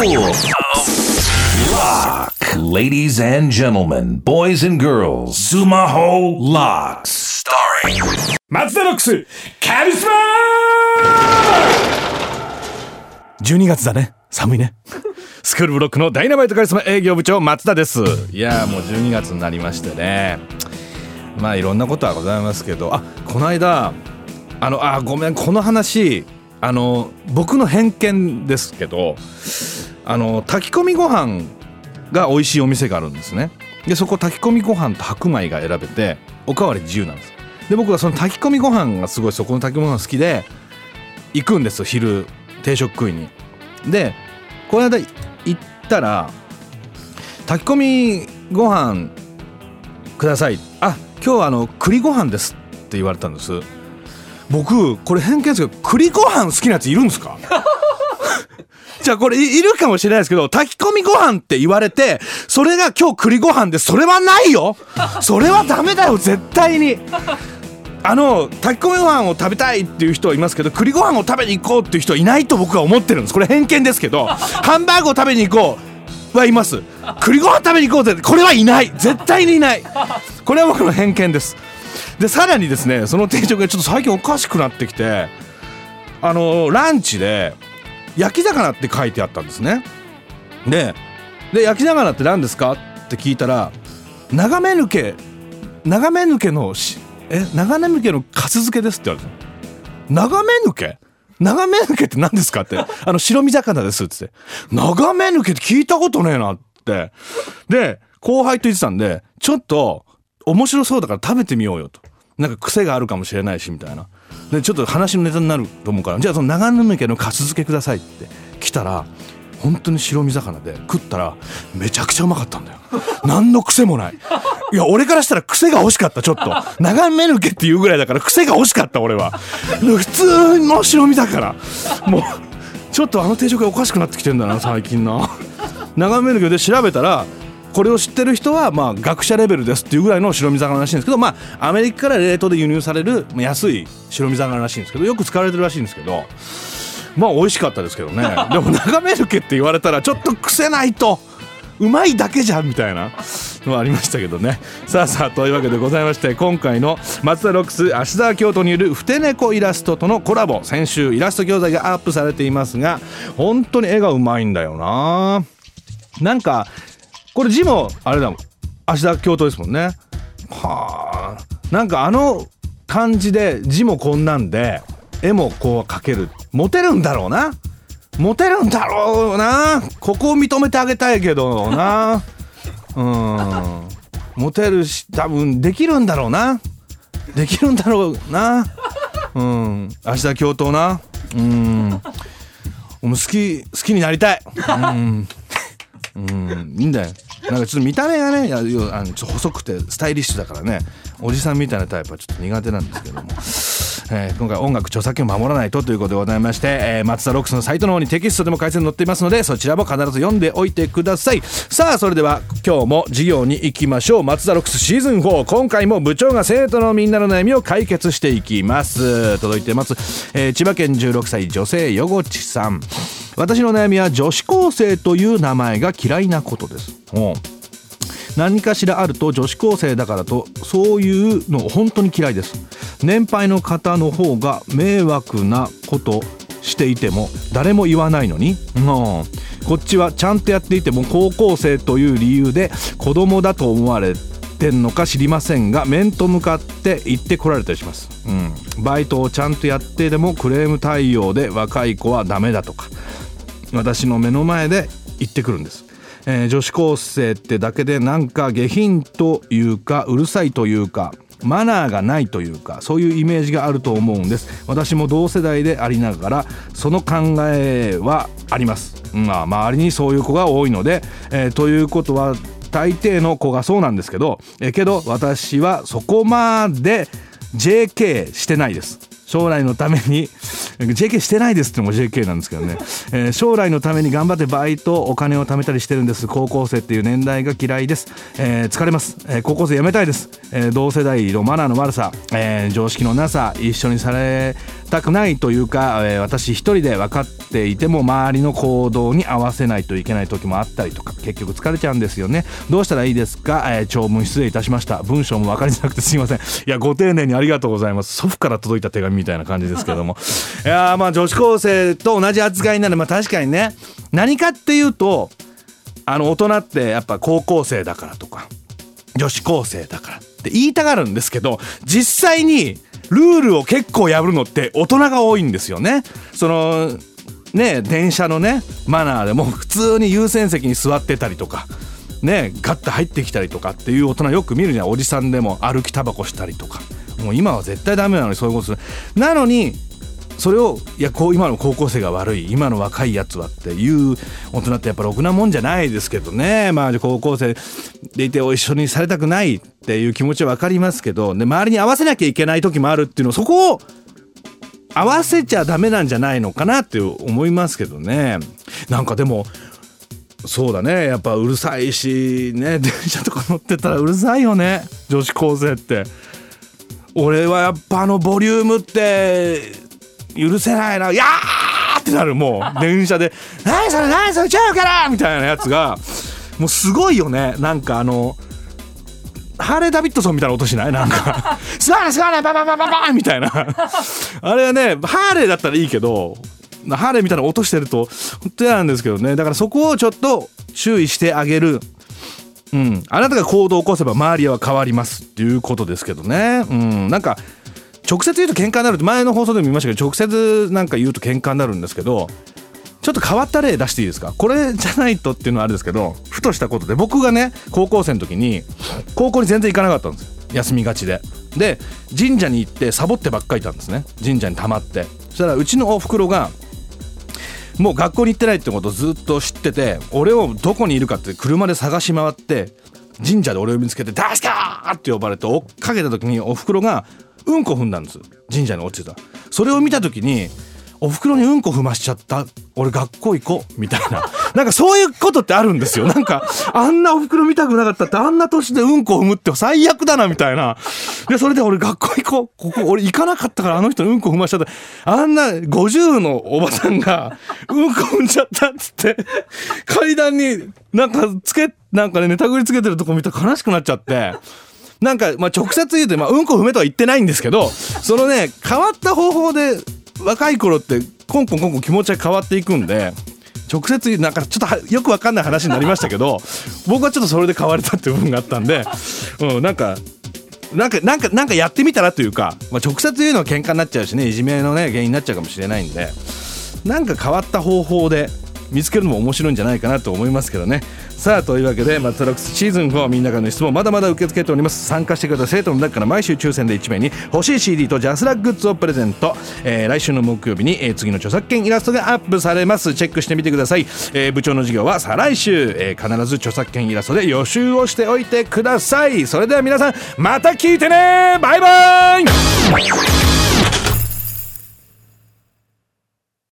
Lock. Ladies and gentlemen, boys and girls, Sumaho Locks. Starring 松田ロックスカリスマ12月だね。寒いね。スクールブロックのダイナマイトカリスマ営業部長松田です。いやもう12月になりましてね、まあいろんなことはございますけど、この間ごめん、この話僕の偏見ですけど、炊き込みご飯が美味しいお店があるんですね。でそこ炊き込みご飯と白米が選べておかわり自由なんです。で僕はその炊き込みご飯がすごい、そこの炊き込みご飯好きで行くんですよ、昼定食食いに。でこの間行ったら炊き込みご飯ください、今日は栗ご飯ですって言われたんです。僕これ偏見ですけど、栗ご飯好きなやついるんですか？じゃあこれいるかもしれないですけど、炊き込みご飯って言われてそれが今日栗ご飯です、それはないよ。それはダメだよ絶対に。炊き込みご飯を食べたいっていう人はいますけど、栗ご飯を食べに行こうっていう人はいないと僕は思ってるんです。これ偏見ですけど、ハンバーグを食べに行こうはいます。栗ご飯食べに行こうってこれはいない、絶対にいない。これは僕の偏見です。でさらにですね、その定食がちょっと最近おかしくなってきて、ランチで焼き魚って書いてあったんですね。で焼き魚って何ですかって聞いたら、長め抜けのかす漬けですって言われて、長め抜けって何ですかって、白身魚ですって言って、長め抜けって聞いたことねえなって。で後輩と言ってたんで、ちょっと面白そうだから食べてみようよと、なんか癖があるかもしれないしみたいな。でちょっと話のネタになると思うから、じゃあその長め抜けのかす漬けくださいって来たら、本当に白身魚で食ったらめちゃくちゃうまかったんだよ。何の癖もない。いや俺からしたら癖が欲しかった。ちょっと長め抜けっていうぐらいだから癖が欲しかった。俺は普通の白身魚、もうちょっと定食がおかしくなってきてんだな最近な。長め抜けで調べたら、これを知ってる人は学者レベルですっていうぐらいの白身魚らしいんですけど、アメリカから冷凍で輸入される安い白身魚らしいんですけど、よく使われてるらしいんですけど、美味しかったですけどね。でも長め抜けって言われたらちょっと癖ないとうまいだけじゃんみたいなのはありましたけどね。さあというわけでございまして、今回の松田ロックス芦沢京都によるふて猫イラストとのコラボ、先週イラスト教材がアップされていますが、本当に絵がうまいんだよな。なんかこれ字もあれだもん、芦田京都ですもんね。はあ、なんか感じで字もこんなんで絵もこう描ける、モテるんだろうな。ここを認めてあげたいけどな。モテるし、多分できるんだろうな。芦田京都な。好きになりたい。いいんだよ。なんかちょっと見た目がね、ちょっと細くてスタイリッシュだからね、おじさんみたいなタイプはちょっと苦手なんですけども、今回音楽著作権を守らないとということでございまして、松田ロックスのサイトの方にテキストでも解説載っていますので、そちらも必ず読んでおいてください。さあそれでは今日も授業に行きましょう。松田ロックスシーズン4、今回も部長が生徒のみんなの悩みを解決していきます。届いてます。千葉県16歳女性よごちさん。私の悩みは女子高生という名前が嫌いなことです。何かしらあると女子高生だからとそういうの本当に嫌いです。年配の方の方が迷惑なことしていても誰も言わないのに、こっちはちゃんとやっていても高校生という理由で子供だと思われてんのか知りませんが、面と向かって言ってこられたりします。バイトをちゃんとやってでもクレーム対応で若い子はダメだとか私の目の前で言ってくるんです。女子高生ってだけでなんか下品というかうるさいというかマナーがないというか、そういうイメージがあると思うんです。私も同世代でありながらその考えはあります。周りにそういう子が多いので、ということは大抵の子がそうなんですけど、けど私はそこまで JK してないです。将来のために JK してないですってのも JK なんですけどね、将来のために頑張ってバイトお金を貯めたりしてるんです。高校生っていう年代が嫌いです。疲れます。高校生辞めたいです。同世代のマナーの悪さ、常識のなさ、一緒にされくないというか、私一人で分かっていても周りの行動に合わせないといけない時もあったりとか、結局疲れちゃうんですよね。どうしたらいいですか？長文失礼いたしました。文章も分かりづらくてすいません。いやご丁寧にありがとうございます。祖父から届いた手紙みたいな感じですけどもいやまあ女子高生と同じ扱いになる。まあ確かにね、何かっていうと大人ってやっぱ高校生だからとか女子高生だからって言いたがるんですけど、実際にルールを結構破るのって大人が多いんですよね。そのね、電車のねマナーでも普通に優先席に座ってたりとかね、ガッと入ってきたりとかっていう大人よく見るじゃん。おじさんでも歩きタバコしたりとか、もう今は絶対ダメなのにそういうことする。なのにそれを今の高校生が悪い、今の若いやつはっていう大人ってやっぱろくなもんじゃないですけどね。まあ高校生でいて一緒にされたくないっていう気持ちは分かりますけど、で周りに合わせなきゃいけない時もあるっていうの、そこを合わせちゃダメなんじゃないのかなって思いますけどね。なんかでもそうだね、やっぱうるさいしね、電車とか乗ってたらうるさいよね、女子高生って。俺はやっぱボリュームって許せないな、いやーってなる。もう電車で何それちゃうからみたいなやつがもうすごいよね。なんかハーレーダビッドソンみたいな音しない？なんかすわねバババババみたいなあれはね、ハーレーだったらいいけど、ハーレーみたいな音してると本当嫌なんですけどね。だからそこをちょっと注意してあげる。あなたが行動を起こせば周りは変わりますっていうことですけどね。なんか直接言うと喧嘩になるって前の放送でも見ましたけど、直接なんか言うと喧嘩になるんですけど、ちょっと変わった例出していいですか？これじゃないとっていうのはあるんですけど、ふとしたことで僕がね高校生の時に高校に全然行かなかったんですよ。休みがちで神社に行ってサボってばっかりいたんですね。神社に溜まって、そしたらうちのお袋がもう学校に行ってないってことをずっと知ってて、俺をどこにいるかって車で探し回って神社で俺を見つけてダスカーって呼ばれて追っかけた時にお袋がうんこ踏んだんです。神社に落ちてた。それを見た時にお袋にうんこ踏ましちゃった、俺学校行こうみたいななんかそういうことってあるんですよ。なんかあんなお袋見たくなかったって、あんな年でうんこ踏むって最悪だなみたいな。でそれで俺学校行こう、ここ俺行かなかったからあの人にうんこ踏ましちゃった、あんな50のおばさんがうんこ踏んじゃったっつって階段になんかねネタぐりつけてるとこ見たら悲しくなっちゃって、なんかまあ直接言うとうんこ踏めとは言ってないんですけど、そのね変わった方法で若い頃ってコンコン気持ちが変わっていくんで、直接言うなんかちょっとよく分かんない話になりましたけど僕はちょっとそれで変われたっていう部分があったんで、なんかやってみたらというか、まあ、直接言うのは喧嘩になっちゃうしね、いじめのね原因になっちゃうかもしれないんで、なんか変わった方法で見つけるのも面白いんじゃないかなと思いますけどね。さあというわけで松ロックスシーズン4、みんなからの質問まだまだ受け付けております。参加してくれた生徒の中から毎週抽選で1名に欲しい CD とジャスラックグッズをプレゼント。来週の木曜日に、次の著作権イラストがアップされます。チェックしてみてください。部長の授業は再来週、必ず著作権イラストで予習をしておいてください。それでは皆さんまた聞いてね、バイバイ。